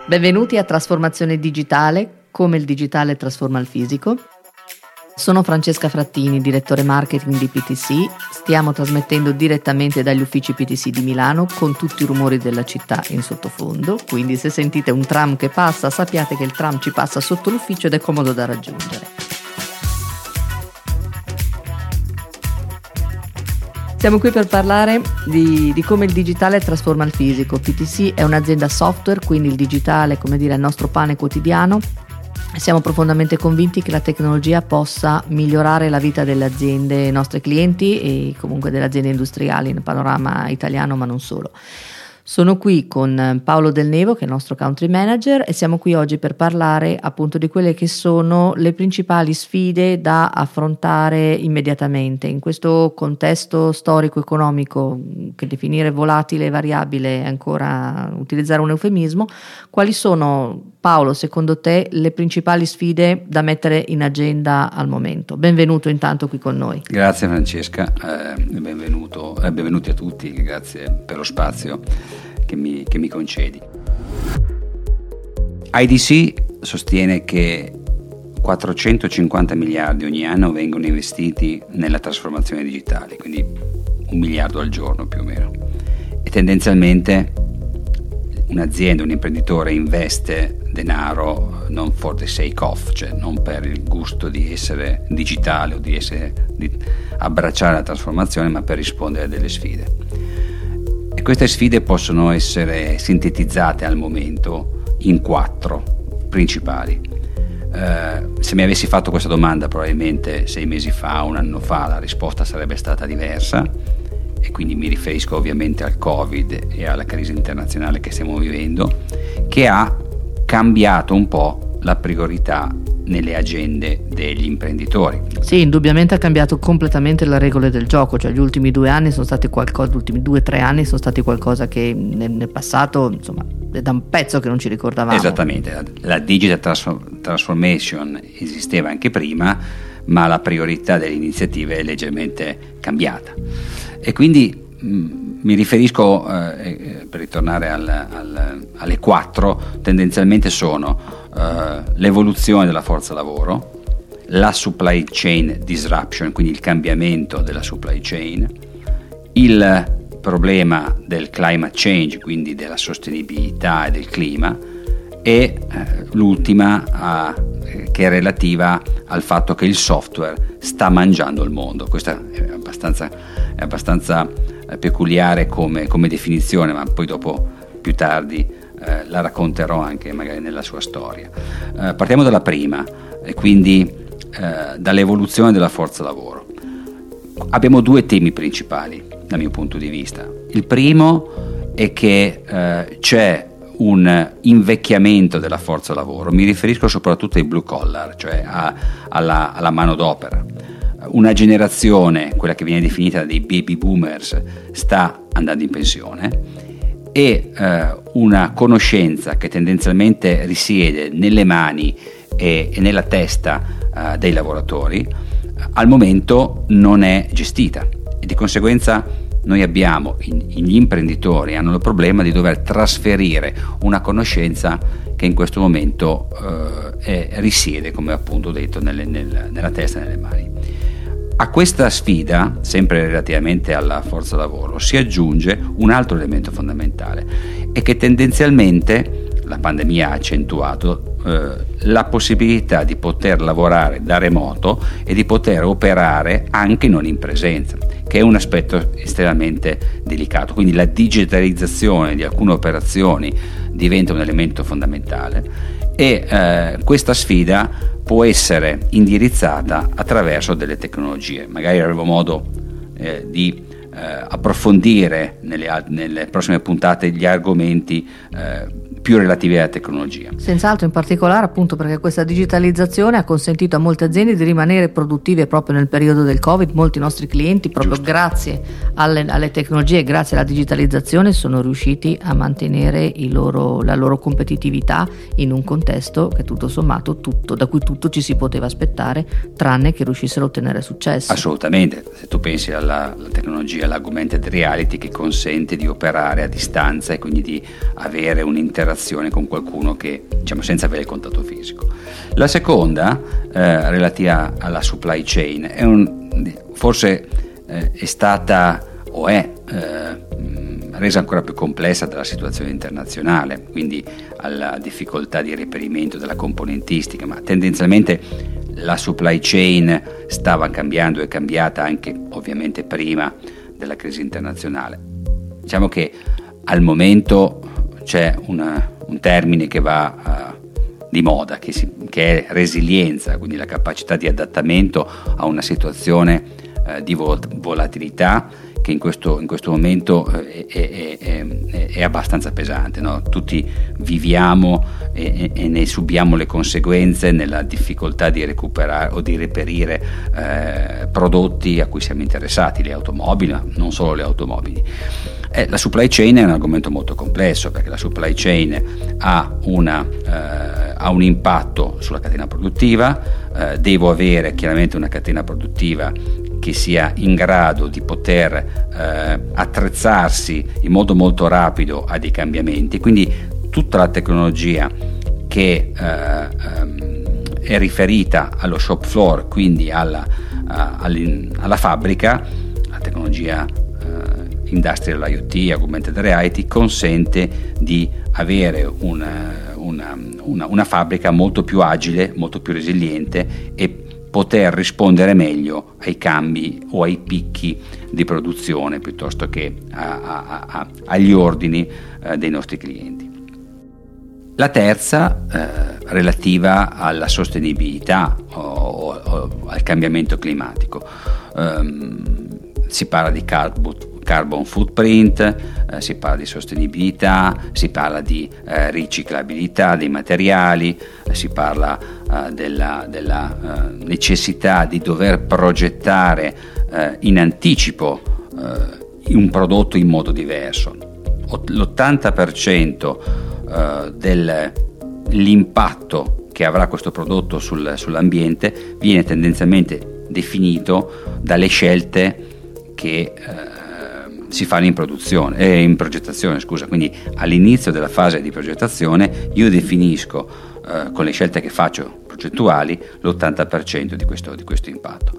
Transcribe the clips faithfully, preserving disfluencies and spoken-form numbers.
Benvenuti a Trasformazione Digitale, come il digitale trasforma il fisico. Sono Francesca Frattini, direttore marketing di P T C. Stiamo trasmettendo direttamente dagli uffici P T C di Milano con tutti i rumori della città in sottofondo, quindi se sentite un tram che passa sappiate che il tram ci passa sotto l'ufficio ed è comodo da raggiungere. Siamo qui per parlare di, di come il digitale trasforma il fisico. P T C è un'azienda software, quindi il digitale, come dire, è il nostro pane quotidiano. Siamo profondamente convinti che la tecnologia possa migliorare la vita delle aziende, dei nostri clienti e comunque delle aziende industriali nel panorama italiano, ma non solo. Sono qui con Paolo Del Nevo, che è il nostro country manager, e siamo qui oggi per parlare appunto di quelle che sono le principali sfide da affrontare immediatamente in questo contesto storico-economico che definire volatile e variabile è ancora utilizzare un eufemismo. Quali sono, Paolo, secondo te le principali sfide da mettere in agenda al momento? Benvenuto intanto qui con noi. Grazie Francesca, eh, benvenuto, eh, benvenuti a tutti, grazie per lo spazio che mi, che mi concedi. I D C sostiene che quattrocentocinquanta miliardi ogni anno vengono investiti nella trasformazione digitale, quindi un miliardo al giorno più o meno, e tendenzialmente un'azienda, un imprenditore investe denaro non for the sake of, cioè non per il gusto di essere digitale o di, essere, di abbracciare la trasformazione, ma per rispondere a delle sfide. E queste sfide possono essere sintetizzate al momento in quattro principali. Eh, se mi avessi fatto questa domanda probabilmente sei mesi fa, un anno fa, la risposta sarebbe stata diversa, e quindi mi riferisco ovviamente al Covid e alla crisi internazionale che stiamo vivendo, che ha cambiato un po' la priorità nelle agende degli imprenditori. Sì, indubbiamente ha cambiato completamente le regole del gioco, cioè gli ultimi due anni sono stati qualcosa, gli ultimi due o tre anni sono stati qualcosa che nel, nel passato, insomma, è da un pezzo che non ci ricordavamo. Esattamente, la, la digital transform- transformation esisteva anche prima, ma la priorità delle iniziative è leggermente cambiata. E quindi mh, mi riferisco, eh, per ritornare al, al, alle quattro, tendenzialmente sono eh, l'evoluzione della forza lavoro, la supply chain disruption, quindi il cambiamento della supply chain, il problema del climate change, quindi della sostenibilità e del clima, e eh, l'ultima eh, che è relativa al fatto che il software sta mangiando il mondo. Questa è abbastanza, è abbastanza eh, peculiare come, come definizione, ma poi dopo più tardi eh, la racconterò anche magari nella sua storia. Eh, partiamo dalla prima, e quindi eh, dall'evoluzione della forza lavoro. Abbiamo due temi principali dal mio punto di vista. Il primo è che eh, c'è un invecchiamento della forza lavoro, mi riferisco soprattutto ai blue collar, cioè a, alla, alla manodopera. Una generazione, quella che viene definita dei baby boomers, sta andando in pensione, e eh, una conoscenza che tendenzialmente risiede nelle mani e, e nella testa eh, dei lavoratori al momento non è gestita, e di conseguenza noi abbiamo, gli imprenditori hanno il problema di dover trasferire una conoscenza che in questo momento eh, è, risiede, come appunto detto, nelle, nel, nella testa e nelle mani. A questa sfida, sempre relativamente alla forza lavoro, si aggiunge un altro elemento fondamentale, e che tendenzialmente la pandemia ha accentuato eh, la possibilità di poter lavorare da remoto e di poter operare anche non in presenza, che è un aspetto estremamente delicato. Quindi la digitalizzazione di alcune operazioni diventa un elemento fondamentale, e eh, questa sfida può essere indirizzata attraverso delle tecnologie. Magari avremo modo eh, di eh, approfondire nelle, nelle prossime puntate gli argomenti eh, più relativi alla tecnologia. Senz'altro, in particolare appunto perché questa digitalizzazione ha consentito a molte aziende di rimanere produttive proprio nel periodo del Covid. Molti nostri clienti, proprio Giusto. grazie alle, alle tecnologie, grazie alla digitalizzazione, sono riusciti a mantenere i loro, la loro competitività in un contesto che tutto sommato tutto, da cui tutto ci si poteva aspettare, tranne che riuscissero a ottenere successo. Assolutamente, se tu pensi alla, alla tecnologia, all'augmented reality, che consente di operare a distanza e quindi di avere un'interazione relazione con qualcuno che, diciamo, senza avere il contatto fisico. La seconda, eh, relativa alla supply chain, è un, forse eh, è stata o è eh, resa ancora più complessa dalla situazione internazionale, quindi alla difficoltà di reperimento della componentistica, ma tendenzialmente la supply chain stava cambiando, è cambiata anche ovviamente prima della crisi internazionale. Diciamo che al momento c'è una, un termine che va uh, di moda, che, si, che è resilienza, quindi la capacità di adattamento a una situazione uh, di vol- volatilità che in questo, in questo momento è, è, è, è abbastanza pesante, no? Tutti viviamo e, e ne subiamo le conseguenze nella difficoltà di recuperare o di reperire eh, prodotti a cui siamo interessati, le automobili, ma non solo le automobili. Eh, la supply chain è un argomento molto complesso, perché la supply chain ha, una, eh, ha un impatto sulla catena produttiva. Eh, devo avere chiaramente una catena produttiva che sia in grado di poter eh, attrezzarsi in modo molto rapido a dei cambiamenti, quindi tutta la tecnologia che eh, ehm, è riferita allo shop floor, quindi alla, uh, alla fabbrica, la tecnologia uh, Industrial IoT, Augmented Reality, consente di avere una, una, una, una fabbrica molto più agile, molto più resiliente e poter rispondere meglio ai cambi o ai picchi di produzione piuttosto che a, a, a, agli ordini eh, dei nostri clienti. La terza, eh, relativa alla sostenibilità o, o, o al cambiamento climatico. Um, si parla di carbon, carbon footprint, eh, si parla di sostenibilità, si parla di eh, riciclabilità dei materiali, eh, si parla eh, della, della eh, necessità di dover progettare eh, in anticipo eh, un prodotto in modo diverso. L'ottanta per cento eh, dell'impatto che avrà questo prodotto sul, sull'ambiente viene tendenzialmente definito dalle scelte che eh, si fanno in produzione, eh, in progettazione, scusa. Quindi all'inizio della fase di progettazione io definisco eh, con le scelte che faccio progettuali l'ottanta per cento di questo, di questo impatto.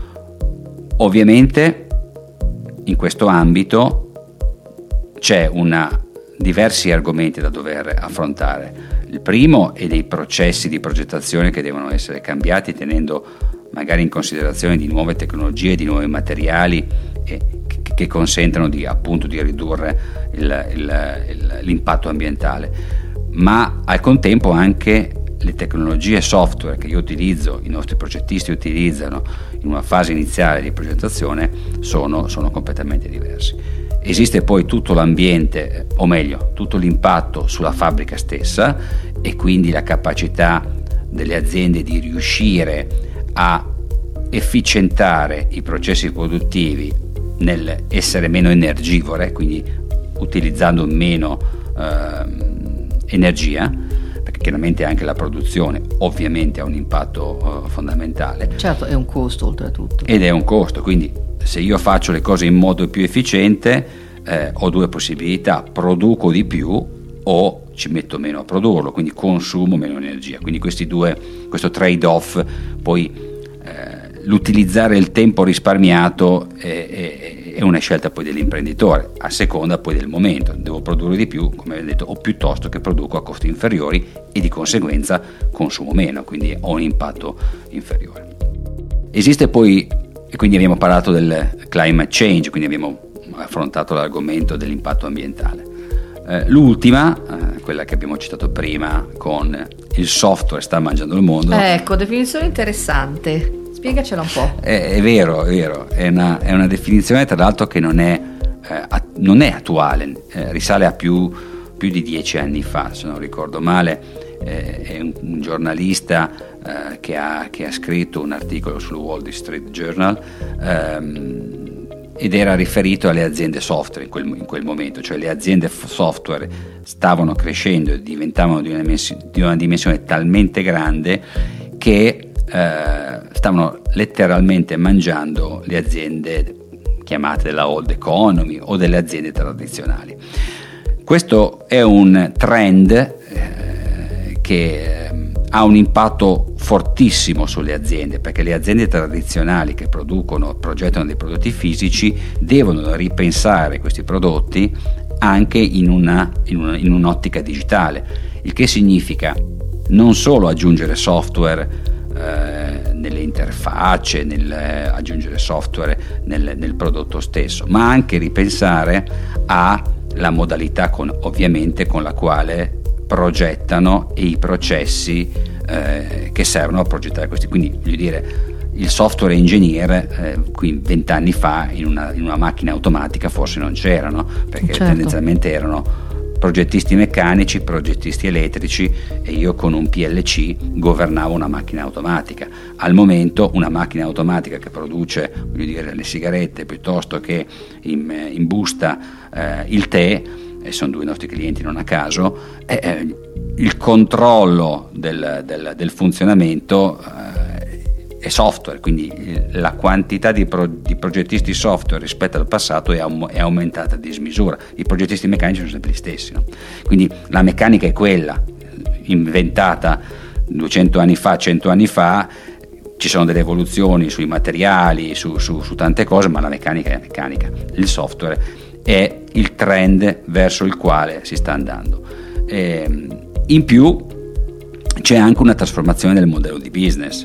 Ovviamente in questo ambito c'è una, diversi argomenti da dover affrontare. Il primo è dei processi di progettazione che devono essere cambiati tenendo magari in considerazione di nuove tecnologie, di nuovi materiali eh, che, che consentano di, appunto, di ridurre il, il, il, l'impatto ambientale, ma al contempo anche le tecnologie software che io utilizzo, i nostri progettisti utilizzano in una fase iniziale di progettazione sono, sono completamente diversi. Esiste poi tutto l'ambiente, o meglio, tutto l'impatto sulla fabbrica stessa e quindi la capacità delle aziende di riuscire a efficientare i processi produttivi nel essere meno energivore, quindi utilizzando meno eh, energia, perché chiaramente anche la produzione ovviamente ha un impatto eh, fondamentale. Certo, è un costo oltretutto. Ed è un costo, quindi se io faccio le cose in modo più efficiente eh, ho due possibilità: produco di più o ci metto meno a produrlo, quindi consumo meno energia. Quindi questi due, questo trade-off, poi eh, l'utilizzare il tempo risparmiato è, è, è una scelta poi dell'imprenditore, a seconda poi del momento. Devo produrre di più, come vi ho detto, o piuttosto che produco a costi inferiori e di conseguenza consumo meno, quindi ho un impatto inferiore. Esiste poi, e quindi abbiamo parlato del climate change, quindi abbiamo affrontato l'argomento dell'impatto ambientale. Eh, l'ultima, eh, quella che abbiamo citato prima con il software sta mangiando il mondo. Ecco, definizione interessante, spiegacela un po'. È, è vero, è vero, è una, è una definizione tra l'altro che non è, eh, at, non è attuale, eh, risale a più, più di dieci anni fa, se non ricordo male. Eh, è un, un giornalista eh, che, ha, che ha scritto un articolo sul Wall Street Journal ehm, ed era riferito alle aziende software in quel, in quel momento, cioè le aziende software stavano crescendo e diventavano di una, di una dimensione talmente grande che eh, stavano letteralmente mangiando le aziende chiamate della old economy o delle aziende tradizionali. Questo è un trend eh, che eh, ha un impatto fortissimo sulle aziende, perché le aziende tradizionali che producono, progettano dei prodotti fisici devono ripensare questi prodotti anche in, una, in, una, in un'ottica digitale, il che significa non solo aggiungere software eh, nelle interfacce, nel, eh, aggiungere software nel, nel prodotto stesso, ma anche ripensare alla modalità con, ovviamente con la quale progettano e i processi eh, che servono a progettare questi. Quindi voglio dire, il software engineer eh, qui vent'anni fa in una, in una macchina automatica forse non c'erano, perché certo. tendenzialmente erano progettisti meccanici, progettisti elettrici, e io con un P L C governavo una macchina automatica. Al momento una macchina automatica che produce, voglio dire, le sigarette piuttosto che in, in busta eh, il tè, e sono due nostri clienti non a caso, eh, eh, il controllo del, del, del funzionamento eh, è software, quindi la quantità di, pro, di progettisti software rispetto al passato è, um, è aumentata a dismisura. I progettisti meccanici sono sempre gli stessi, no? Quindi la meccanica è quella, inventata duecento anni fa, cento anni fa. Ci sono delle evoluzioni sui materiali, su, su, su tante cose, ma la meccanica è meccanica. Il software è il trend verso il quale si sta andando. E in più c'è anche una trasformazione del modello di business.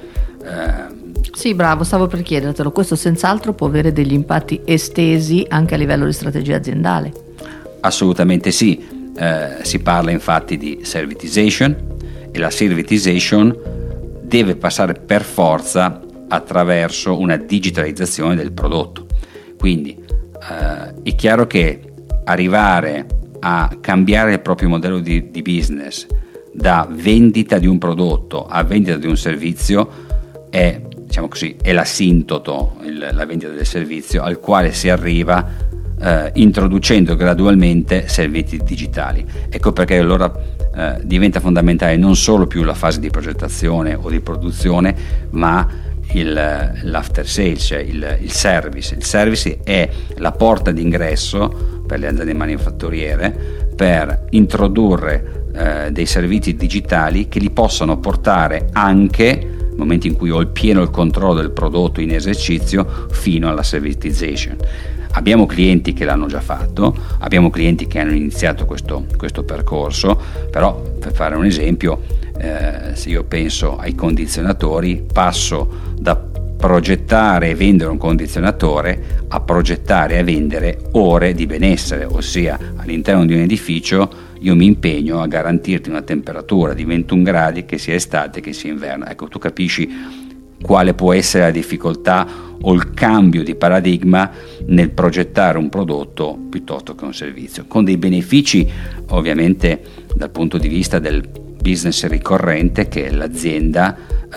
Sì, bravo, stavo per chiedertelo. Questo senz'altro può avere degli impatti estesi anche a livello di strategia aziendale. Assolutamente sì, eh, si parla infatti di servitization, e la servitization deve passare per forza attraverso una digitalizzazione del prodotto. Quindi eh, è chiaro che arrivare a cambiare il proprio modello di, di business da vendita di un prodotto a vendita di un servizio è, diciamo così, è l'asintoto, il, la vendita del servizio al quale si arriva eh, introducendo gradualmente servizi digitali. Ecco perché allora eh, diventa fondamentale non solo più la fase di progettazione o di produzione, ma il, l'after sales, cioè il, il service. Il service è la porta d'ingresso per le aziende manifatturiere per introdurre eh, dei servizi digitali che li possano portare anche nel momento in cui ho il pieno il controllo del prodotto in esercizio fino alla servitization. Abbiamo clienti che l'hanno già fatto, abbiamo clienti che hanno iniziato questo, questo percorso, però per fare un esempio, eh, se io penso ai condizionatori, passo da progettare e vendere un condizionatore a progettare e vendere ore di benessere, ossia all'interno di un edificio io mi impegno a garantirti una temperatura di ventuno gradi, che sia estate che sia inverno. Ecco, tu capisci quale può essere la difficoltà o il cambio di paradigma nel progettare un prodotto piuttosto che un servizio, con dei benefici ovviamente dal punto di vista del business ricorrente che l'azienda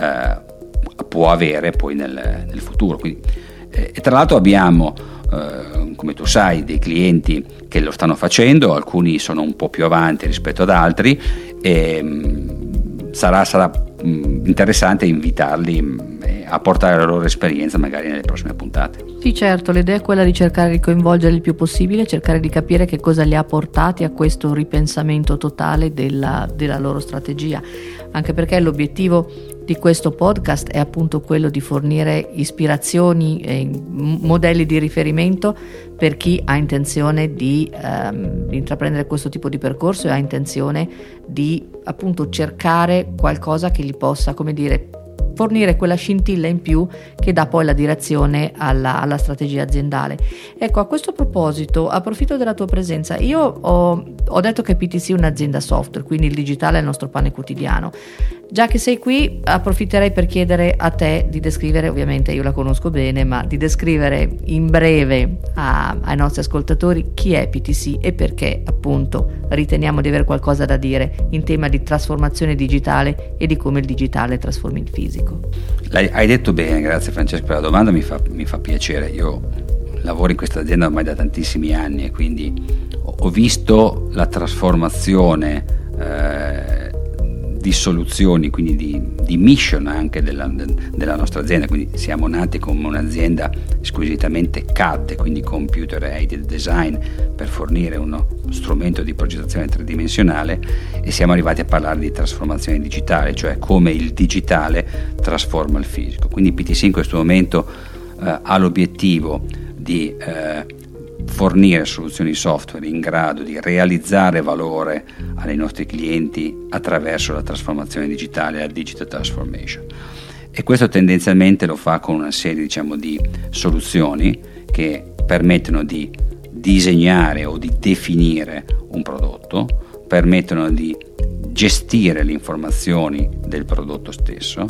eh, può avere poi nel, nel futuro. Quindi, eh, e tra l'altro abbiamo eh, come tu sai dei clienti che lo stanno facendo, alcuni sono un po' più avanti rispetto ad altri, e mh, sarà, sarà mh, interessante invitarli mh, a portare la loro esperienza magari nelle prossime puntate. Sì, certo, l'idea è quella di cercare di coinvolgere il più possibile, cercare di capire che cosa li ha portati a questo ripensamento totale della, della loro strategia, anche perché l'obiettivo di questo podcast è appunto quello di fornire ispirazioni e modelli di riferimento per chi ha intenzione di ehm, intraprendere questo tipo di percorso e ha intenzione di appunto cercare qualcosa che gli possa, come dire, fornire quella scintilla in più che dà poi la direzione alla, alla strategia aziendale. Ecco, a questo proposito approfitto della tua presenza. Io ho, ho detto che P T C è un'azienda software, quindi il digitale è il nostro pane quotidiano. Già che sei qui, approfitterei per chiedere a te di descrivere, ovviamente io la conosco bene, ma di descrivere in breve a, ai nostri ascoltatori chi è P T C e perché appunto riteniamo di avere qualcosa da dire in tema di trasformazione digitale e di come il digitale trasformi il fisico. L'hai, hai detto bene, grazie Francesco per la domanda, mi fa, mi fa piacere. Io lavoro in questa azienda ormai da tantissimi anni e quindi ho visto la trasformazione eh, di soluzioni, quindi di, di mission anche della, della nostra azienda. Quindi siamo nati come un'azienda squisitamente C A D, quindi Computer Aided Design, per fornire uno strumento di progettazione tridimensionale, e siamo arrivati a parlare di trasformazione digitale, cioè come il digitale trasforma il fisico. Quindi P T C in questo momento eh, ha l'obiettivo di eh, fornire soluzioni software in grado di realizzare valore ai nostri clienti attraverso la trasformazione digitale, la digital transformation, e questo tendenzialmente lo fa con una serie, diciamo, di soluzioni che permettono di disegnare o di definire un prodotto, permettono di gestire le informazioni del prodotto stesso,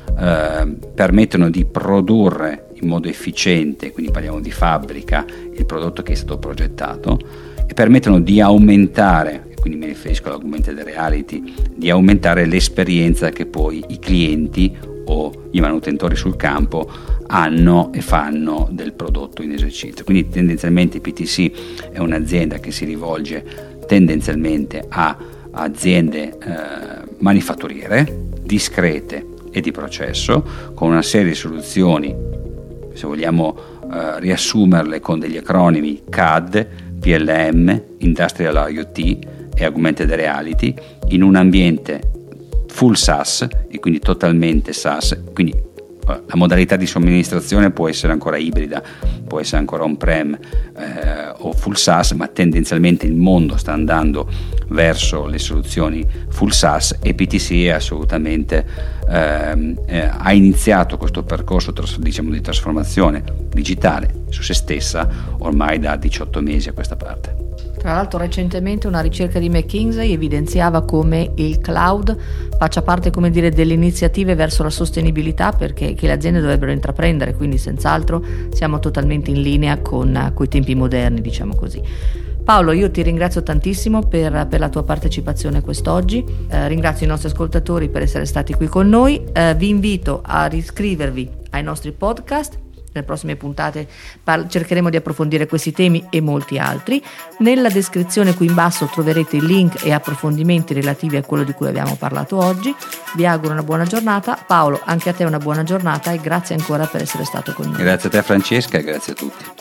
eh, permettono di produrre in modo efficiente, quindi parliamo di fabbrica, il prodotto che è stato progettato, e permettono di aumentare, quindi mi riferisco all'augmented reality, di aumentare l'esperienza che poi i clienti o i manutentori sul campo hanno e fanno del prodotto in esercizio. Quindi tendenzialmente P T C è un'azienda che si rivolge tendenzialmente a aziende eh, manifatturiere, discrete e di processo, con una serie di soluzioni, se vogliamo eh, riassumerle con degli acronimi: C A D, P L M, Industrial IoT e Augmented Reality, in un ambiente full SaaS, e quindi totalmente SaaS. Quindi la modalità di somministrazione può essere ancora ibrida, può essere ancora on-prem eh, o full SaaS, ma tendenzialmente il mondo sta andando verso le soluzioni full SaaS, e P T C è assolutamente ehm, eh, ha iniziato questo percorso tras- diciamo di trasformazione digitale su se stessa ormai da diciotto mesi a questa parte. Tra l'altro recentemente una ricerca di McKinsey evidenziava come il cloud faccia parte, come dire, delle iniziative verso la sostenibilità, perché che le aziende dovrebbero intraprendere, quindi senz'altro siamo totalmente in linea con i tempi moderni, diciamo così. Paolo, io ti ringrazio tantissimo per, per la tua partecipazione quest'oggi, eh, ringrazio i nostri ascoltatori per essere stati qui con noi, eh, vi invito a iscrivervi ai nostri podcast. Nelle prossime puntate par- cercheremo di approfondire questi temi e molti altri. Nella descrizione qui in basso troverete i link e approfondimenti relativi a quello di cui abbiamo parlato oggi. Vi auguro una buona giornata. Paolo, anche a te una buona giornata e grazie ancora per essere stato con noi. Grazie a te Francesca e grazie a tutti.